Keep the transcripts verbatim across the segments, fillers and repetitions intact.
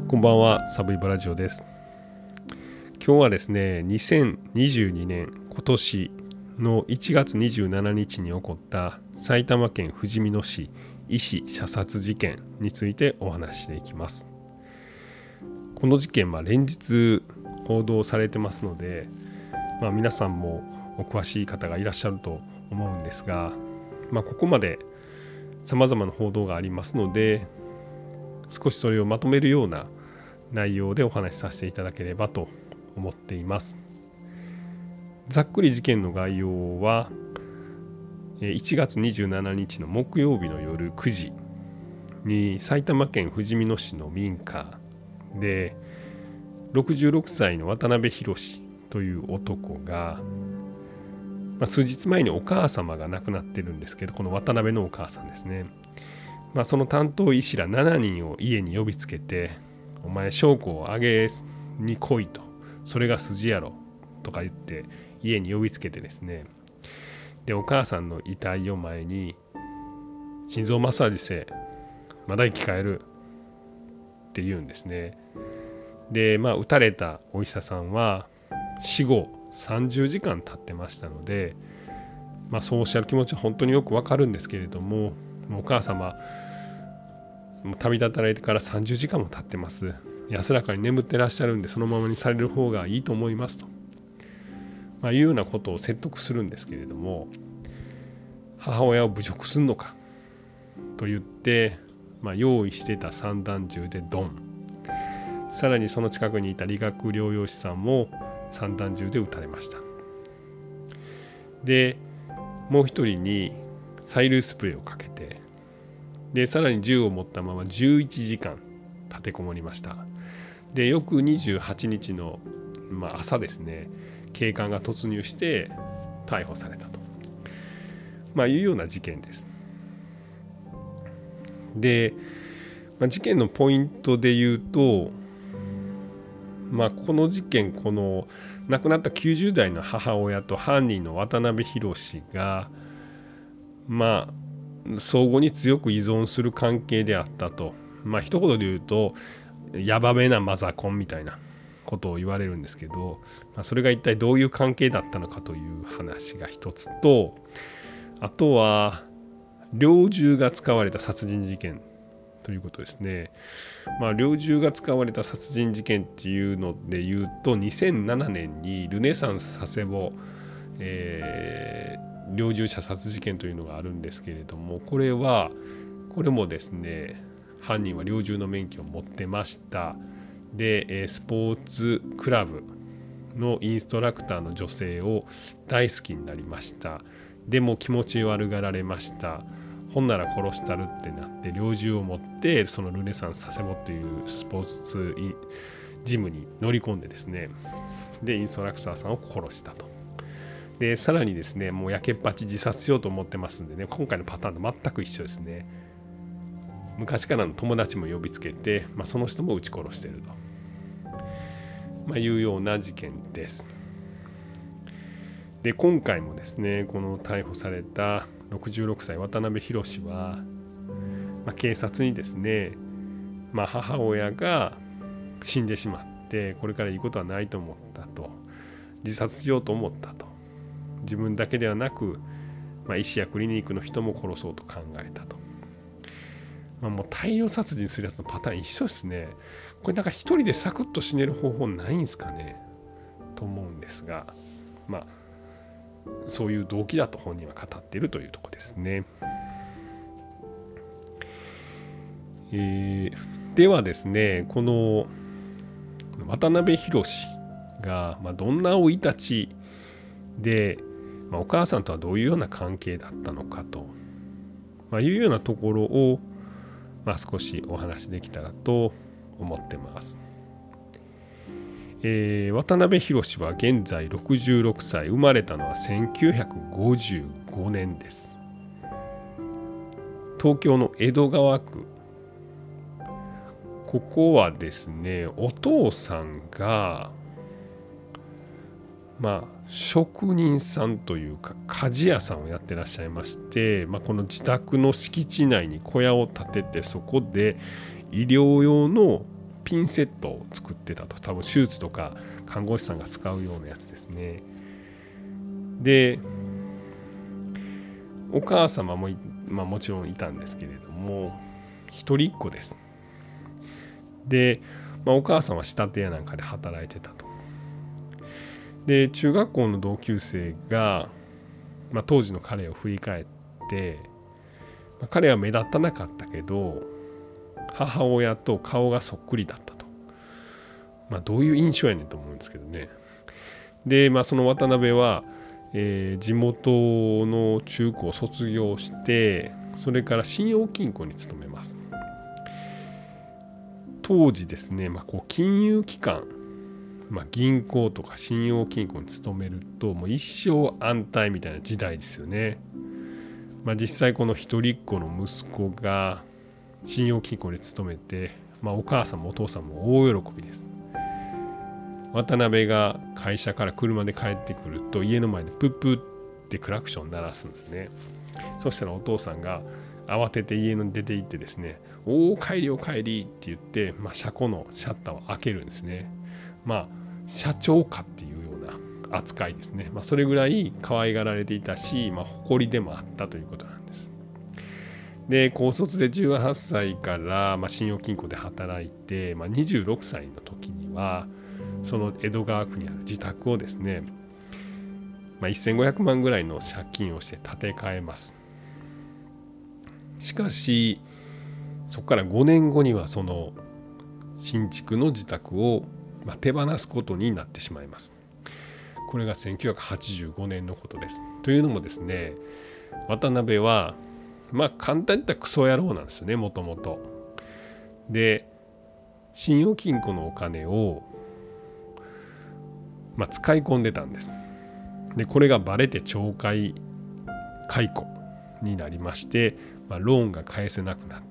こんばんは、サブイボラジオです。今日はですね、にせんにじゅうにねん今年のいちがつにじゅうしちにちに起こった埼玉県ふじみ野市医師射殺事件についてお話ししていきます。この事件は連日報道されてますので、まあ、皆さんもお詳しい方がいらっしゃると思うんですが、まあ、ここまでさまざまな報道がありますので、少しそれをまとめるような内容でお話しさせていただければと思っています。ざっくり事件の概要は、いちがつにじゅうしちにちの木曜日の夜くじに埼玉県ふじみ野市の民家でろくじゅうろくさいの渡辺博という男が、まあ、数日前にお母様が亡くなってるんですけど、この渡辺のお母さんですね、まあ、その担当医師らしちにんを家に呼びつけて、お前証拠をあげに来いと、それが筋やろとか言って家に呼びつけてですね、でお母さんの遺体を前に心臓マッサージせえ、まだ生き返るって言うんですね。でまあ撃たれたお医者さんは死後さんじゅうじかん経ってましたので、まあそうおっしゃる気持ちは本当によくわかるんですけれども、お母様もう旅立たれてからさんじゅうじかんも経ってます。安らかに眠ってらっしゃるんで、そのままにされる方がいいと思いますと、まあ、いうようなことを説得するんですけれども、母親を侮辱するのかと言って、まあ、用意してた散弾銃でドン、さらにその近くにいた理学療養士さんも散弾銃で撃たれました。でもう一人に催涙スプレーをかけて、でさらに銃を持ったままじゅういちじかん立てこもりました。で翌にじゅうはちにちの、まあ、朝ですね、警官が突入して逮捕されたと、まあ、いうような事件です。で、まあ、事件のポイントで言うと、まあ、この事件、この亡くなったきゅうじゅうだいの母親と犯人の渡辺博がまあ相互に強く依存する関係であったと、まあ一言で言うとヤバめなマザコンみたいなことを言われるんですけど、まあ、それが一体どういう関係だったのかという話が一つと、あとは猟銃が使われた殺人事件ということですね。まあ、猟銃が使われた殺人事件っていうので言うと、にせんななねんにルネサンス佐世保、えー猟銃射殺事件というのがあるんですけれども、これはこれもですね、犯人は猟銃の免許を持ってました。でスポーツクラブのインストラクターの女性を大好きになりました。でも気持ち悪がられました。ほんなら殺したるってなって猟銃を持ってそのルネサンス佐世保というスポーツジムに乗り込んでですね、でインストラクターさんを殺したと。でさらにですね、もうやけっぱち自殺しようと思ってますんでね、今回のパターンと全く一緒ですね。昔からの友達も呼びつけて、まあ、その人も撃ち殺していると、まあ、いうような事件です。で今回もですね、この逮捕されたろくじゅうろくさい渡辺博は、まあ、警察にですね、まあ、母親が死んでしまってこれからいいことはないと思ったと、自殺しようと思ったと、自分だけではなく、まあ、医師やクリニックの人も殺そうと考えたと、まあ、もう大量殺人するやつのパターン一緒ですね。これなんか一人でサクッと死ねる方法ないんですかねと思うんですが、まあそういう動機だと本人は語っているというところですね。えー、ではですね、この渡辺博が、まあ、どんな生い立ちで、まあ、お母さんとはどういうような関係だったのかと、まあ、いうようなところを、まあ、少しお話できたらと思ってます。えー、渡辺博は現在ろくじゅうろくさい、生まれたのはせんきゅうひゃくごじゅうごねんです。東京の江戸川区、ここはですね、お父さんがまあ職人さんというか鍛冶屋さんをやってらっしゃいまして、まあ、この自宅の敷地内に小屋を建てて、そこで医療用のピンセットを作ってたと。多分手術とか看護師さんが使うようなやつですね。でお母様も、まあ、もちろんいたんですけれども一人っ子です。で、まあ、お母さんは仕立て屋なんかで働いてたと。で中学校の同級生が、まあ、当時の彼を振り返って、まあ、彼は目立たなかったけど母親と顔がそっくりだったと。まあどういう印象やねんと思うんですけどね。で、まあ、その渡辺は、えー、地元の中高を卒業してそれから信用金庫に勤めます。当時ですね、まあ、こう金融機関、まあ、銀行とか信用金庫に勤めるともう一生安泰みたいな時代ですよね。まあ、実際この一人っ子の息子が信用金庫に勤めて、まあ、お母さんもお父さんも大喜びです。渡辺が会社から車で帰ってくると家の前でプップってクラクション鳴らすんですね。そしたらお父さんが慌てて家に出て行ってですね、おお帰りお帰りって言って、まあ、車庫のシャッターを開けるんですね。まあ社長かっていうような扱いですね。まあ、それぐらい可愛がられていたし、まあ、誇りでもあったということなんです。で高卒でじゅうはっさいから、まあ、信用金庫で働いて、まあ、にじゅうろくさいの時にはその江戸川区にある自宅をですね、まあ、せんごひゃくまんぐらいの借金をして建て替えます。しかしそこからごねんごにはその新築の自宅を手放すことになってしまいます。これがせんきゅうひゃくはちじゅうごねんのことです。というのもですね、渡辺はまあ簡単に言ったらクソ野郎なんですよね、もともと。で信用金庫のお金を、まあ、使い込んでたんです。でこれがバレて懲戒解雇になりまして、まあ、ローンが返せなくなって、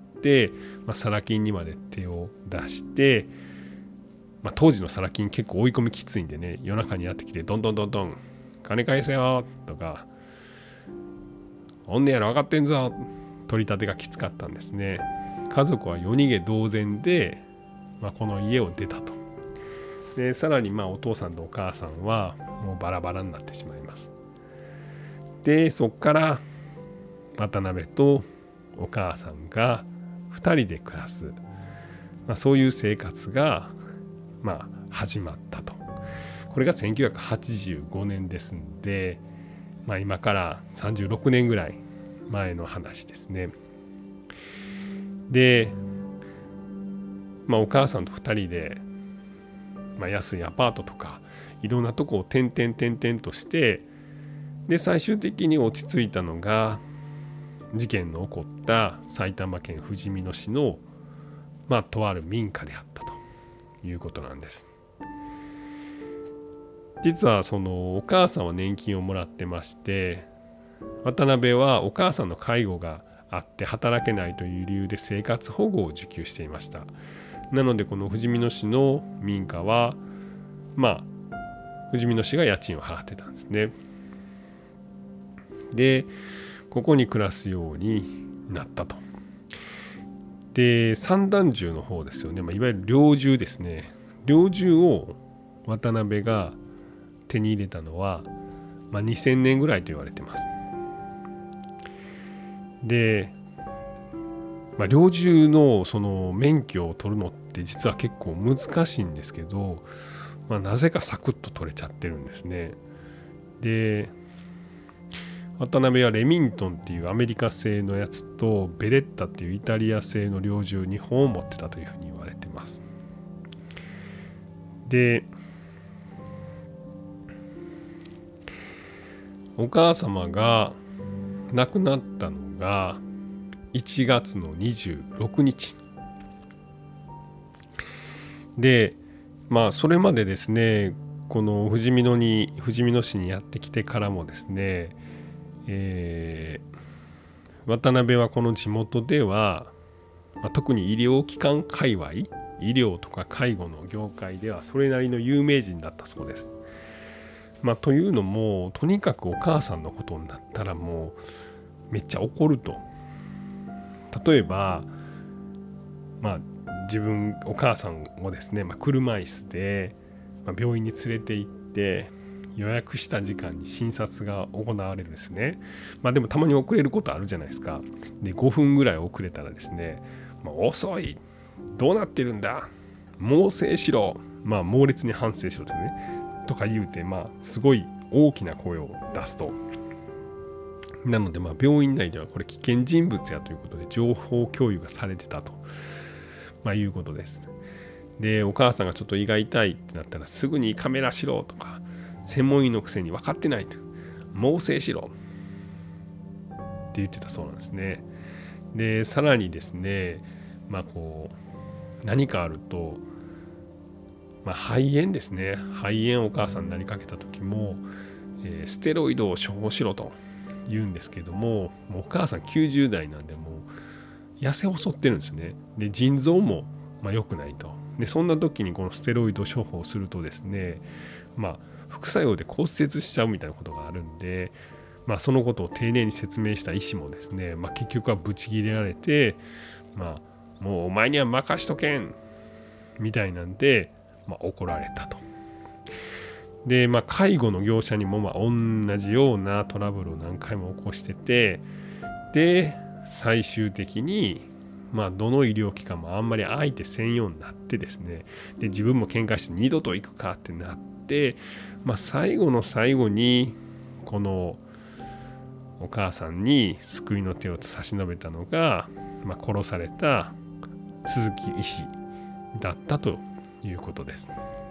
まあ、サラ金にまで手を出して、まあ、当時のサラ金結構追い込みきついんでね、夜中にやってきてどんどんどんどん金返せよとか、おんねやろ分かってんぞ、取り立てがきつかったんですね。家族は夜逃げ同然で、まあ、この家を出たと。でさらにまあお父さんとお母さんはもうバラバラになってしまいます。でそこから渡辺とお母さんがふたりで暮らす、まあ、そういう生活がまあ始まったと。これがせんきゅうひゃくはちじゅうごねんですんで、まあ、今からさんじゅうろくねんぐらい前の話ですね。で、まあ、お母さんとふたりで、まあ、安いアパートとかいろんなとこを転々転々として、で最終的に落ち着いたのが事件の起こった埼玉県ふじみ野市の、まあ、とある民家であったということなんです。実はそのお母さんは年金をもらってまして、渡辺はお母さんの介護があって働けないという理由で生活保護を受給していました。なのでこのふじみ野市の民家はまあふじみ野市が家賃を払ってたんですね。でここに暮らすようになったと。で散弾銃の方ですよね、まあ、いわゆる猟銃ですね。猟銃を渡辺が手に入れたのは、まあ、にせんねんぐらいと言われてます。で、まあ、猟銃のその免許を取るのって実は結構難しいんですけど、まあ、なぜかサクッと取れちゃってるんですね。で渡辺はレミントンっていうアメリカ製のやつとベレッタっていうイタリア製の猟銃にほんを持ってたというふうに言われてます。でお母様が亡くなったのがいちがつのにじゅうろくにちで、まあそれまでですね、このふじみ野にふじみ野市にやってきてからもですね、えー、渡辺はこの地元では、まあ、特に医療機関界隈、医療とか介護の業界ではそれなりの有名人だったそうです。まあ、というのもとにかくお母さんのことになったらもうめっちゃ怒ると。例えば、まあ、 自分お母さんをですね、まあ、車椅子で、まあ、病院に連れて行って予約した時間に診察が行われるんですね。まあでもたまに遅れることあるじゃないですか。でごふんぐらい遅れたらですね、まあ、遅い、どうなってるんだ、猛省しろ、まあ猛烈に反省しろとねとか言うて、まあすごい大きな声を出すと。なのでまあ病院内ではこれ危険人物やということで情報共有がされてたと、まあ、いうことです。でお母さんがちょっと胃が痛いってなったらすぐにカメラしろとか、専門医のくせに分かってないと、猛省しろって言ってたそうなんですね。でさらにですね、まあこう何かあると、まあ、肺炎ですね、肺炎お母さんになりかけた時も、えー、ステロイドを処方しろと言うんですけども、もうお母さんきゅうじゅう代なんでもう痩せ細ってるんですね。で腎臓もまあ良くないと。でそんな時にこのステロイド処方するとですね、まあ副作用で骨折しちゃうみたいなことがあるんで、まあ、そのことを丁寧に説明した医師もですね、まあ、結局はブチ切れられて、まあ、もうお前には任しとけんみたいなんで、まあ、怒られたと。で、まあ、介護の業者にもまあ同じようなトラブルを何回も起こしてて、で最終的にまあどの医療機関もあんまり相手せんようになってですね、で自分も喧嘩して二度と行くかってなって、まあ、最後の最後にこのお母さんに救いの手を差し伸べたのが、まあ、殺された鈴木医師だったということです。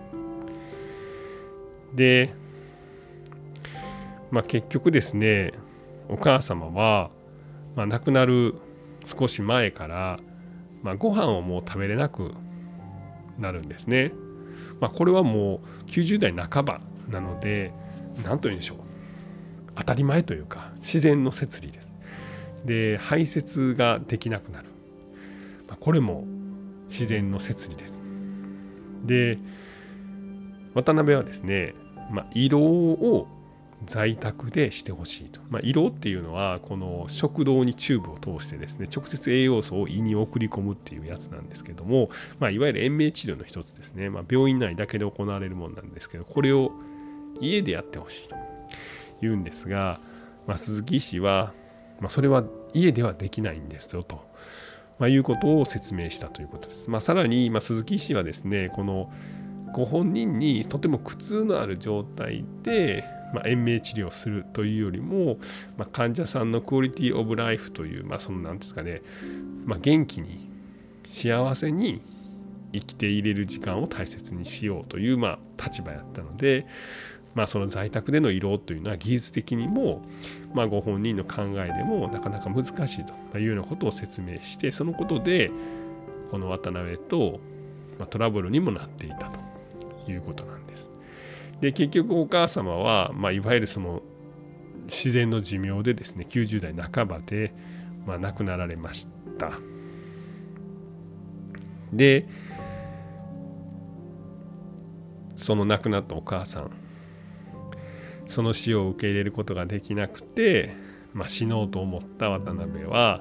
で、まあ、結局ですね、お母様は、まあ、亡くなる少し前から、まあ、ご飯をもう食べれなくなるんですね。まあ、これはもうきゅうじゅう代半ばなので、何と言うんでしょう、当たり前というか自然の摂理です。で排泄ができなくなる、まあ、これも自然の摂理です。で渡辺はですね、まあ、胃ろうを在宅でしてほしいと。まあ、胃ろうっていうのはこの食道にチューブを通してですね、直接栄養素を胃に送り込むっていうやつなんですけども、まあ、いわゆる延命治療の一つですね。まあ、病院内だけで行われるものなんですけど、これを家でやってほしいと言うんですが、まあ、鈴木医師は、まあ、それは家ではできないんですよと、まあ、いうことを説明したということです。まあ、さらに、まあ、鈴木医師はですね、このご本人にとても苦痛のある状態で、まあ、延命治療をするというよりも、まあ、患者さんのクオリティオブライフという、まあ、その何ですかね、まあ、元気に幸せに生きていれる時間を大切にしようという、まあ、立場やったので、まあ、その在宅での胃ろうというのは技術的にも、まあ、ご本人の考えでもなかなか難しいというようなことを説明して、そのことでこの渡辺と、まあ、トラブルにもなっていたということなんです。で結局お母様は、まあ、いわゆるその自然の寿命でですね、きゅうじゅう代半ばで、まあ、亡くなられました。でその亡くなったお母さん、その死を受け入れることができなくて、まあ、死のうと思った渡辺は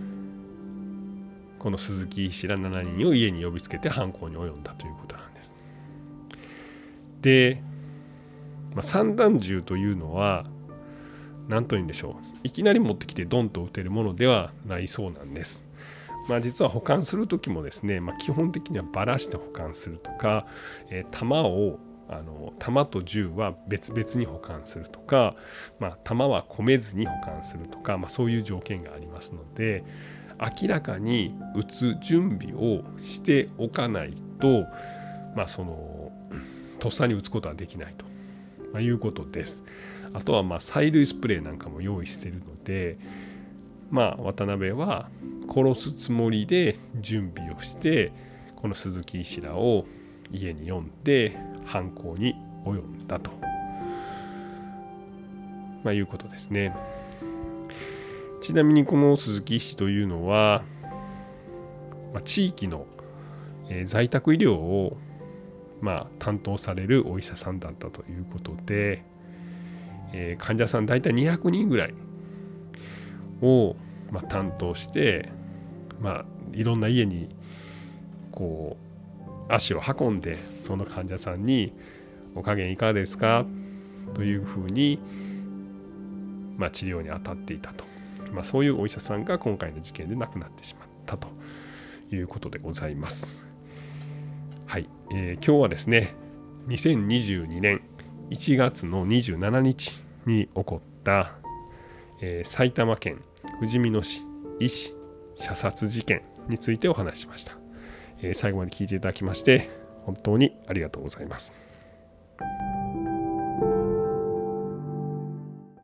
この鈴木医師らしちにんを家に呼びつけて犯行に及んだということなんです。で、まあ、散弾銃というのは何と言うんでしょう、いきなり持ってきてドンと撃てるものではないそうなんです。まあ、実は保管する時もですね、まあ、基本的にはばらして保管するとか、えー、弾をあの弾と銃は別々に保管するとか、まあ、弾は込めずに保管するとか、まあ、そういう条件がありますので、明らかに撃つ準備をしておかないと、まあ、そのとっさに撃つことはできないと、まあ、いうことです。あとはまあ催涙スプレーなんかも用意しているので、まあ、渡辺は殺すつもりで準備をしてこの鈴木医師らを家に呼んで犯行に及んだと、まあ、いうことですね。ちなみにこの鈴木医師というのは、まあ、地域の、えー、在宅医療を、まあ、担当されるお医者さんだったということで、えー、患者さん大体にひゃくにんぐらいを、まあ、担当して、まあ、いろんな家にこう足を運んでその患者さんにお加減いかがですかというふうに、まあ、治療に当たっていたと、まあ、そういうお医者さんが今回の事件で亡くなってしまったということでございます。はい、えー、今日はですねにせんにじゅうにねんいちがつのにじゅうしちにちに起こった、えー、埼玉県ふじみ野市医師射殺事件についてお話ししました。えー、最後まで聞いていただきまして本当にありがとうございます。